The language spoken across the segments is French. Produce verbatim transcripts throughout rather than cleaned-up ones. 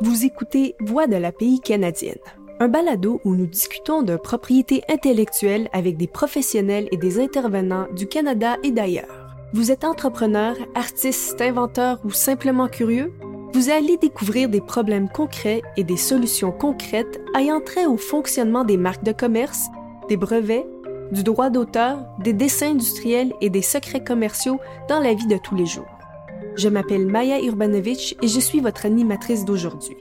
Vous écoutez Voix de la P I canadienne, un balado où nous discutons de propriété intellectuelle avec des professionnels et des intervenants du Canada et d'ailleurs. Vous êtes entrepreneur, artiste, inventeur ou simplement curieux? Vous allez découvrir des problèmes concrets et des solutions concrètes ayant trait au fonctionnement des marques de commerce, des brevets, du droit d'auteur, des dessins industriels et des secrets commerciaux dans la vie de tous les jours. Je m'appelle Maya Urbanovic et je suis votre animatrice d'aujourd'hui.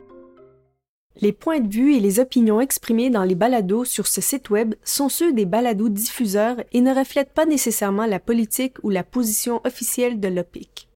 Les points de vue et les opinions exprimées dans les balados sur ce site web sont ceux des balados-diffuseurs et ne reflètent pas nécessairement la politique ou la position officielle de l'O P I C.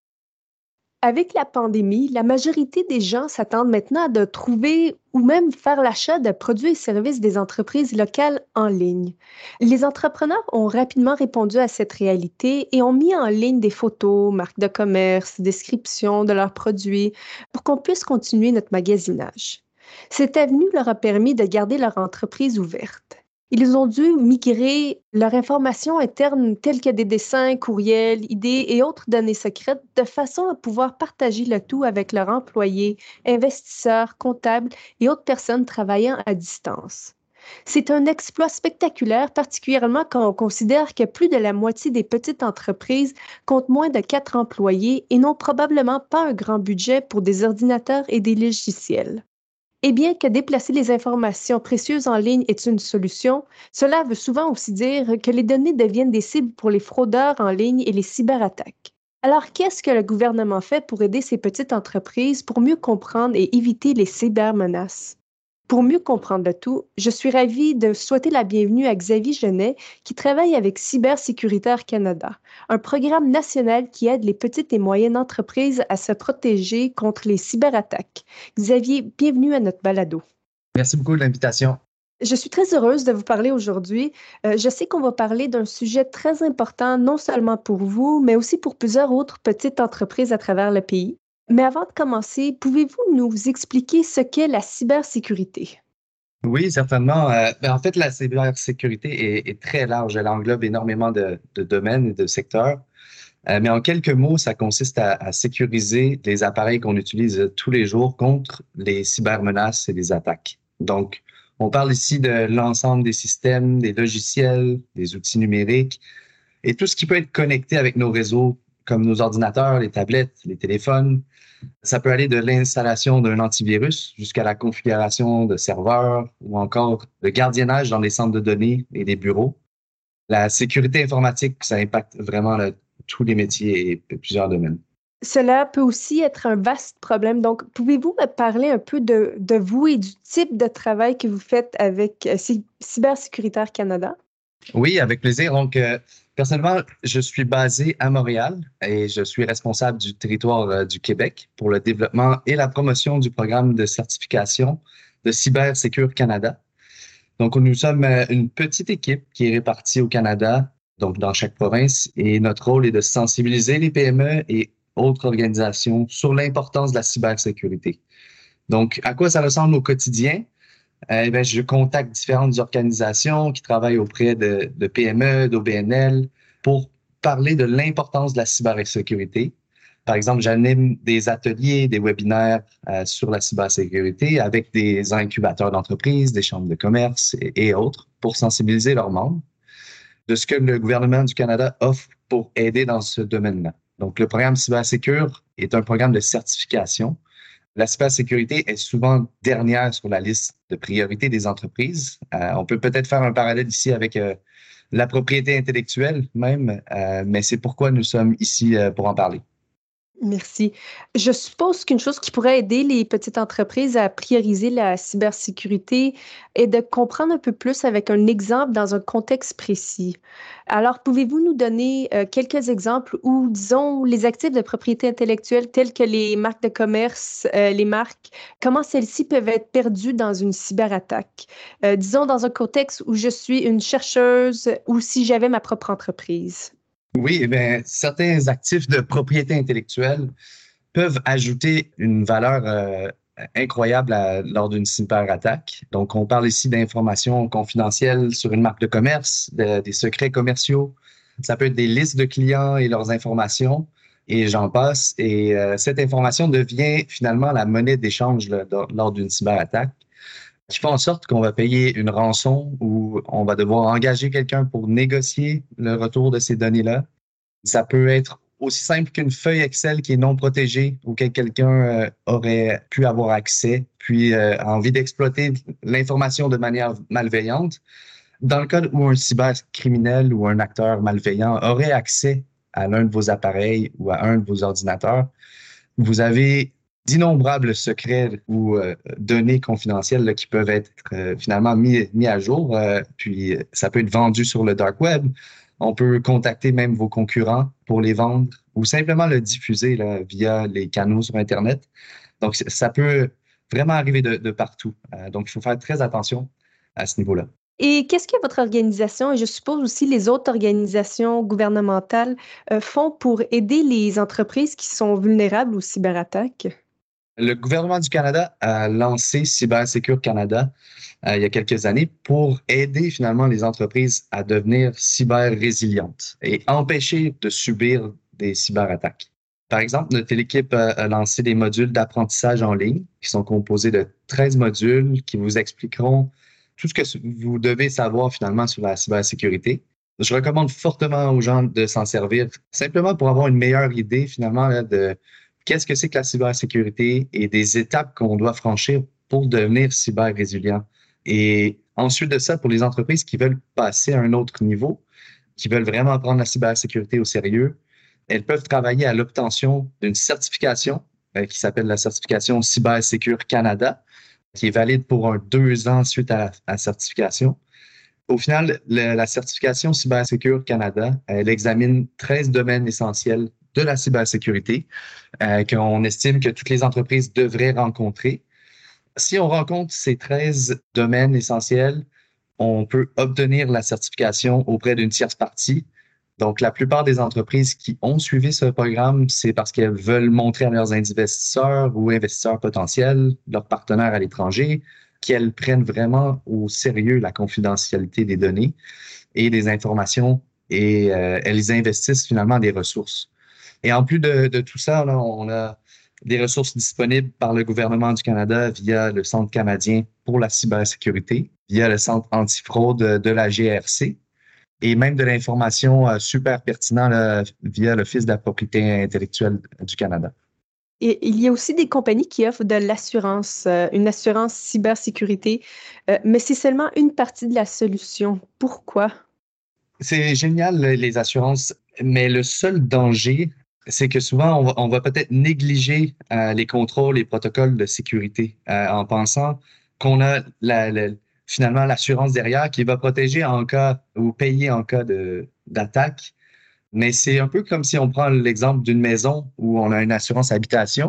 Avec la pandémie, la majorité des gens s'attendent maintenant à de trouver ou même faire l'achat de produits et services des entreprises locales en ligne. Les entrepreneurs ont rapidement répondu à cette réalité et ont mis en ligne des photos, marques de commerce, descriptions de leurs produits pour qu'on puisse continuer notre magasinage. Cette avenue leur a permis de garder leur entreprise ouverte. Ils ont dû migrer leur information interne telles que des dessins, courriels, idées et autres données secrètes de façon à pouvoir partager le tout avec leurs employés, investisseurs, comptables et autres personnes travaillant à distance. C'est un exploit spectaculaire, particulièrement quand on considère que plus de la moitié des petites entreprises comptent moins de quatre employés et n'ont probablement pas un grand budget pour des ordinateurs et des logiciels. Et bien que déplacer les informations précieuses en ligne est une solution, cela veut souvent aussi dire que les données deviennent des cibles pour les fraudeurs en ligne et les cyberattaques. Alors, qu'est-ce que le gouvernement fait pour aider ces petites entreprises pour mieux comprendre et éviter les cybermenaces? Pour mieux comprendre le tout, je suis ravie de souhaiter la bienvenue à Xavier Genet, qui travaille avec Cybersécuritaire Canada, un programme national qui aide les petites et moyennes entreprises à se protéger contre les cyberattaques. Xavier, bienvenue à notre balado. Merci beaucoup de l'invitation. Je suis très heureuse de vous parler aujourd'hui. Euh, je sais qu'on va parler d'un sujet très important, non seulement pour vous, mais aussi pour plusieurs autres petites entreprises à travers le pays. Mais avant de commencer, pouvez-vous nous expliquer ce qu'est la cybersécurité? Oui, certainement. Euh, ben, en fait, la cybersécurité est, est très large. Elle englobe énormément de, de domaines et de secteurs. Euh, mais en quelques mots, ça consiste à, à sécuriser les appareils qu'on utilise tous les jours contre les cybermenaces et les attaques. Donc, on parle ici de l'ensemble des systèmes, des logiciels, des outils numériques et tout ce qui peut être connecté avec nos réseaux, comme nos ordinateurs, les tablettes, les téléphones. Ça peut aller de l'installation d'un antivirus jusqu'à la configuration de serveurs ou encore le gardiennage dans les centres de données et des bureaux. La sécurité informatique, ça impacte vraiment là, tous les métiers et plusieurs domaines. Cela peut aussi être un vaste problème. Donc, pouvez-vous me parler un peu de, de vous et du type de travail que vous faites avec euh, Cybersécuritaire Canada? Oui, avec plaisir. Donc, euh, personnellement, je suis basé à Montréal et je suis responsable du territoire euh, du Québec pour le développement et la promotion du programme de certification de Cybersécurité Canada. Donc, nous sommes euh, une petite équipe qui est répartie au Canada, donc dans chaque province, et notre rôle est de sensibiliser les P M E et autres organisations sur l'importance de la cybersécurité. Donc, à quoi ça ressemble au quotidien? Eh bien, je contacte différentes organisations qui travaillent auprès de, de P M E, d'O B N L pour parler de l'importance de la cybersécurité. Par exemple, j'anime des ateliers, des webinaires euh, sur la cybersécurité avec des incubateurs d'entreprises, des chambres de commerce et, et autres pour sensibiliser leurs membres de ce que le gouvernement du Canada offre pour aider dans ce domaine-là. Donc, le programme Cybersécure est un programme de certification. La cybersécurité est souvent dernière sur la liste de priorités des entreprises. Euh, on peut peut-être faire un parallèle ici avec euh, la propriété intellectuelle même, euh, mais c'est pourquoi nous sommes ici euh, pour en parler. Merci. Je suppose qu'une chose qui pourrait aider les petites entreprises à prioriser la cybersécurité est de comprendre un peu plus avec un exemple dans un contexte précis. Alors, pouvez-vous nous donner euh, quelques exemples où, disons, les actifs de propriété intellectuelle tels que les marques de commerce, euh, les marques, comment celles-ci peuvent être perdues dans une cyberattaque? Euh, disons, dans un contexte où je suis une chercheuse ou si j'avais ma propre entreprise. Oui, eh bien, certains actifs de propriété intellectuelle peuvent ajouter une valeur euh, incroyable à, lors d'une cyberattaque. Donc, on parle ici d'informations confidentielles sur une marque de commerce, de, des secrets commerciaux. Ça peut être des listes de clients et leurs informations, et j'en passe. Et euh, cette information devient finalement la monnaie d'échange là, lors lors d'une cyberattaque, qui fait en sorte qu'on va payer une rançon ou on va devoir engager quelqu'un pour négocier le retour de ces données-là. Ça peut être aussi simple qu'une feuille Excel qui est non protégée auquel quelqu'un euh, aurait pu avoir accès, puis euh, a envie d'exploiter l'information de manière malveillante. Dans le cas où un cybercriminel ou un acteur malveillant aurait accès à l'un de vos appareils ou à un de vos ordinateurs, vous avez d'innombrables secrets ou euh, données confidentielles là, qui peuvent être euh, finalement mis, mis à jour. Euh, puis ça peut être vendu sur le dark web. On peut contacter même vos concurrents pour les vendre ou simplement le diffuser là, via les canaux sur Internet. Donc, ça peut vraiment arriver de, de partout. Euh, donc, il faut faire très attention à ce niveau-là. Et qu'est-ce que votre organisation et je suppose aussi les autres organisations gouvernementales euh, font pour aider les entreprises qui sont vulnérables aux cyberattaques? Le gouvernement du Canada a lancé CyberSecure Canada euh, il y a quelques années pour aider finalement les entreprises à devenir cyber-résilientes et empêcher de subir des cyberattaques. Par exemple, notre équipe a, a lancé des modules d'apprentissage en ligne qui sont composés de treize modules qui vous expliqueront tout ce que vous devez savoir finalement sur la cybersécurité. Je recommande fortement aux gens de s'en servir simplement pour avoir une meilleure idée finalement là, de qu'est-ce que c'est que la cybersécurité et des étapes qu'on doit franchir pour devenir cyber-résilient. Et ensuite de ça, pour les entreprises qui veulent passer à un autre niveau, qui veulent vraiment prendre la cybersécurité au sérieux, elles peuvent travailler à l'obtention d'une certification euh, qui s'appelle la certification CyberSecure Canada, qui est valide pour un deux ans suite à la, à la certification. Au final, le, la certification CyberSecure Canada, elle examine treize domaines essentiels de la cybersécurité euh, qu'on estime que toutes les entreprises devraient rencontrer. Si on rencontre ces treize domaines essentiels, on peut obtenir la certification auprès d'une tierce partie. Donc, la plupart des entreprises qui ont suivi ce programme, c'est parce qu'elles veulent montrer à leurs investisseurs ou investisseurs potentiels, leurs partenaires à l'étranger, qu'elles prennent vraiment au sérieux la confidentialité des données et des informations et euh, elles investissent finalement des ressources. Et en plus de, de tout ça, là, on a des ressources disponibles par le gouvernement du Canada via le Centre canadien pour la cybersécurité, via le Centre antifraude de la G R C, et même de l'information euh, super pertinente là, via l'Office de la propriété intellectuelle du Canada. Et il y a aussi des compagnies qui offrent de l'assurance, euh, une assurance cybersécurité, euh, mais c'est seulement une partie de la solution. Pourquoi? C'est génial, les assurances, mais le seul danger, c'est que souvent, on va, on va peut-être négliger euh, les contrôles et protocoles de sécurité euh, en pensant qu'on a la, la, finalement l'assurance derrière qui va protéger en cas ou payer en cas de, d'attaque. Mais c'est un peu comme si on prend l'exemple d'une maison où on a une assurance habitation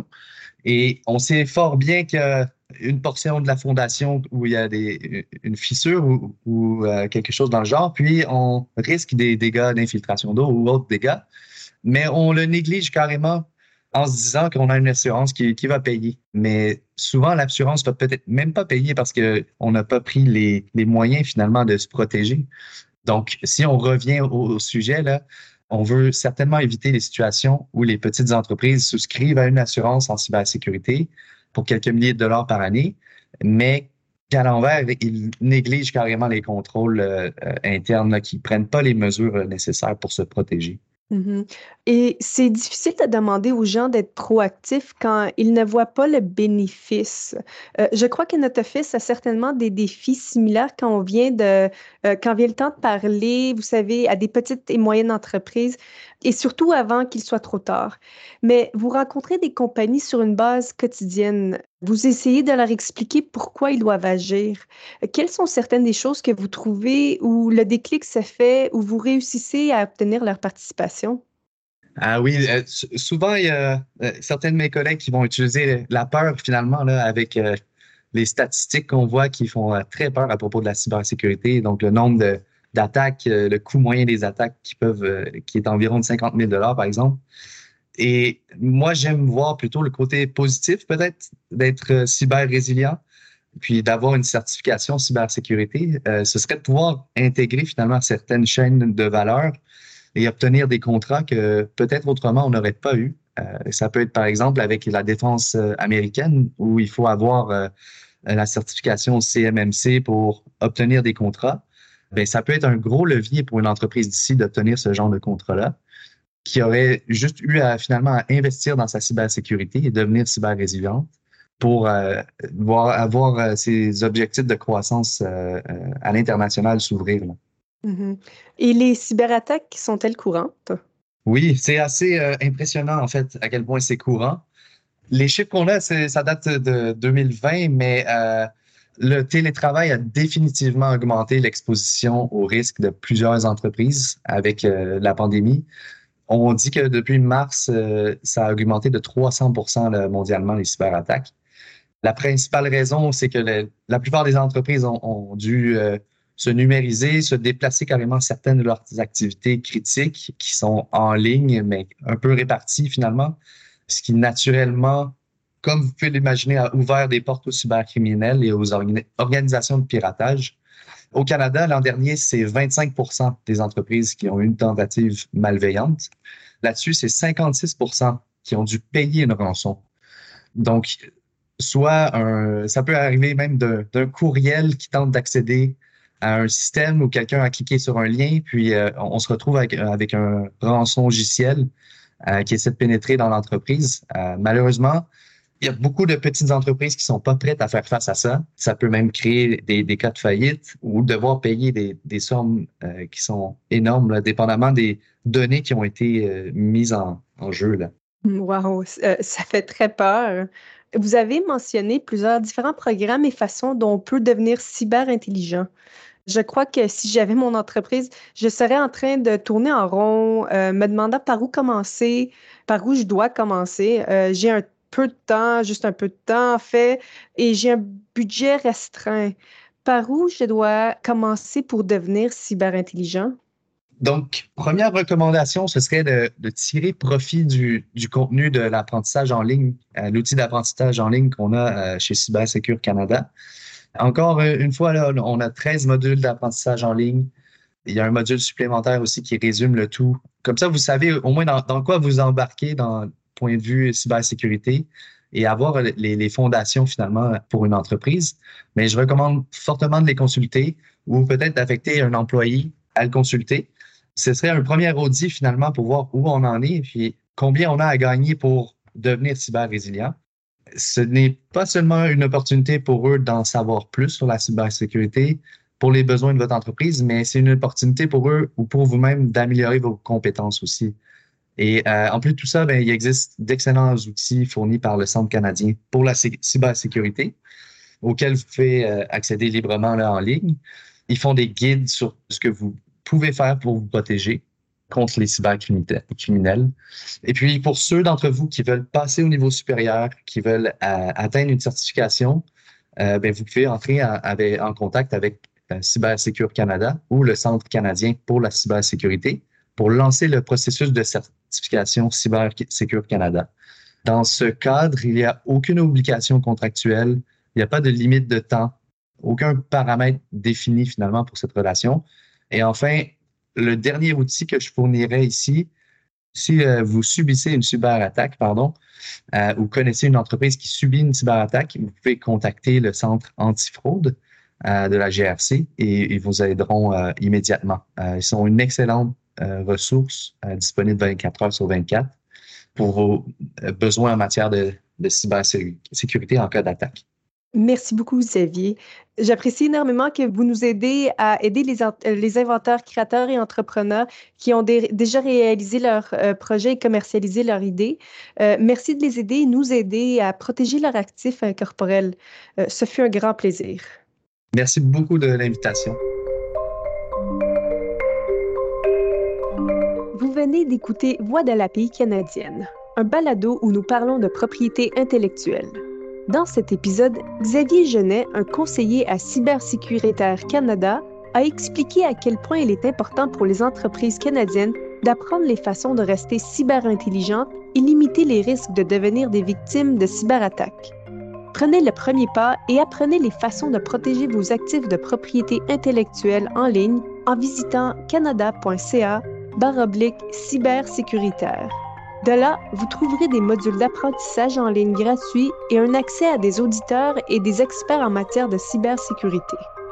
et on sait fort bien qu'une portion de la fondation où il y a des, une fissure ou, ou euh, quelque chose dans le genre, puis on risque des dégâts d'infiltration d'eau ou autres dégâts. Mais on le néglige carrément en se disant qu'on a une assurance qui, qui va payer. Mais souvent, l'assurance va peut-être même pas payer parce qu'on n'a pas pris les, les moyens finalement de se protéger. Donc, si on revient au, au sujet, là, on veut certainement éviter les situations où les petites entreprises souscrivent à une assurance en cybersécurité pour quelques milliers de dollars par année, mais qu'à l'envers, ils négligent carrément les contrôles euh, internes là, qui ne prennent pas les mesures nécessaires pour se protéger. Mhm. Et c'est difficile de demander aux gens d'être proactifs quand ils ne voient pas le bénéfice. Euh, je crois que notre office a certainement des défis similaires quand on vient de, euh, quand vient le temps de parler, vous savez, à des petites et moyennes entreprises, et surtout avant qu'il soit trop tard. Mais vous rencontrez des compagnies sur une base quotidienne. Vous essayez de leur expliquer pourquoi ils doivent agir. Euh, Quelles sont certaines des choses que vous trouvez où le déclic se fait, où vous réussissez à obtenir leur participation? Ah oui, euh, s- souvent, il y a euh, certains de mes collègues qui vont utiliser la peur finalement là, avec euh, les statistiques qu'on voit qui font euh, très peur à propos de la cybersécurité. Donc, le nombre de, d'attaques, euh, le coût moyen des attaques qui peuvent, euh, qui est environ de cinquante mille dollars, par exemple. Et moi, j'aime voir plutôt le côté positif, peut-être, d'être euh, cyber résilient, puis d'avoir une certification cybersécurité. Euh, ce serait de pouvoir intégrer finalement certaines chaînes de valeur et obtenir des contrats que peut-être autrement on n'aurait pas eu. Euh, ça peut être par exemple avec la défense euh, américaine où il faut avoir euh, la certification C M M C pour obtenir des contrats. Bien, ça peut être un gros levier pour une entreprise d'ici d'obtenir ce genre de contrat-là, qui aurait juste eu à finalement à investir dans sa cybersécurité et devenir cyber-résiliente pour euh, voir, avoir euh, ses objectifs de croissance euh, euh, à l'international s'ouvrir. Là. Mm-hmm. Et les cyberattaques sont-elles courantes? Oui, c'est assez euh, impressionnant en fait à quel point c'est courant. Les chiffres qu'on a, c'est, ça date de deux mille vingt, mais euh, le télétravail a définitivement augmenté l'exposition au risque de plusieurs entreprises avec euh, la pandémie. On dit que depuis mars, euh, ça a augmenté de trois cents pour cent là, mondialement les cyberattaques. La principale raison, c'est que le, la plupart des entreprises ont, ont dû euh, se numériser, se déplacer carrément certaines de leurs activités critiques qui sont en ligne, mais un peu réparties finalement, ce qui naturellement, comme vous pouvez l'imaginer, a ouvert des portes aux cybercriminels et aux orga- organisations de piratage. Au Canada, l'an dernier, c'est vingt-cinq pour cent des entreprises qui ont eu une tentative malveillante. Là-dessus, c'est cinquante-six pour cent qui ont dû payer une rançon. Donc, soit un, ça peut arriver même d'un, d'un courriel qui tente d'accéder à un système où quelqu'un a cliqué sur un lien, puis euh, on se retrouve avec, avec un rançongiciel euh, qui essaie de pénétrer dans l'entreprise. Euh, malheureusement, il y a beaucoup de petites entreprises qui sont pas prêtes à faire face à ça. Ça peut même créer des, des cas de faillite ou devoir payer des, des sommes euh, qui sont énormes, là, dépendamment des données qui ont été euh, mises en, en jeu. Là. Wow, euh, ça fait très peur. Vous avez mentionné plusieurs différents programmes et façons dont on peut devenir cyber intelligent. Je crois que si j'avais mon entreprise, je serais en train de tourner en rond, euh, me demandant par où commencer, par où je dois commencer. Euh, j'ai un peu de temps, juste un peu de temps en fait, et j'ai un budget restreint. Par où je dois commencer pour devenir cyber intelligent? Donc, première recommandation, ce serait de, de tirer profit du, du contenu de l'apprentissage en ligne, euh, l'outil d'apprentissage en ligne qu'on a euh, chez CyberSecure Canada. Encore une fois, là, on a treize modules d'apprentissage en ligne. Il y a un module supplémentaire aussi qui résume le tout. Comme ça, vous savez au moins dans, dans quoi vous embarquez dans le point de vue cybersécurité et avoir les, les fondations finalement pour une entreprise. Mais je recommande fortement de les consulter ou peut-être d'affecter un employé à le consulter. Ce serait un premier audit finalement pour voir où on en est et puis combien on a à gagner pour devenir cyber-résilient. Ce n'est pas seulement une opportunité pour eux d'en savoir plus sur la cybersécurité pour les besoins de votre entreprise, mais c'est une opportunité pour eux ou pour vous-même d'améliorer vos compétences aussi. Et euh, en plus de tout ça, ben, il existe d'excellents outils fournis par le Centre canadien pour la c- cybersécurité auxquels vous pouvez euh, accéder librement là, en ligne. Ils font des guides sur ce que vous pouvez faire pour vous protéger contre les cybercriminels. Et puis, pour ceux d'entre vous qui veulent passer au niveau supérieur, qui veulent euh, atteindre une certification, euh, ben, vous pouvez entrer en, avec, en contact avec euh, CyberSecure Canada ou le Centre canadien pour la cybersécurité pour lancer le processus de certification CyberSecure Canada. Dans ce cadre, il n'y a aucune obligation contractuelle, il n'y a pas de limite de temps, aucun paramètre défini finalement pour cette relation. Et enfin, le dernier outil que je fournirais ici, si euh, vous subissez une cyberattaque, pardon, euh, ou connaissez une entreprise qui subit une cyberattaque, vous pouvez contacter le centre antifraude euh, de la G R C et ils vous aideront euh, immédiatement. Euh, ils sont une excellente euh, ressource euh, disponible vingt-quatre heures sur vingt-quatre pour vos euh, besoins en matière de, de cybersécurité en cas d'attaque. Merci beaucoup, Xavier. J'apprécie énormément que vous nous aidez à aider les, les inventeurs, créateurs et entrepreneurs qui ont dé- déjà réalisé leurs euh, projets et commercialisé leurs idées. Euh, merci de les aider et nous aider à protéger leurs actifs incorporels. Euh, ce fut un grand plaisir. Merci beaucoup de l'invitation. Vous venez d'écouter Voix de la P I canadienne, un balado où nous parlons de propriété intellectuelle. Dans cet épisode, Xavier Genet, un conseiller à Cybersécuritaire Canada, a expliqué à quel point il est important pour les entreprises canadiennes d'apprendre les façons de rester cyberintelligentes et limiter les risques de devenir des victimes de cyberattaques. Prenez le premier pas et apprenez les façons de protéger vos actifs de propriété intellectuelle en ligne en visitant canada point c a barre oblique cybersécuritaire. De là, vous trouverez des modules d'apprentissage en ligne gratuits et un accès à des auditeurs et des experts en matière de cybersécurité.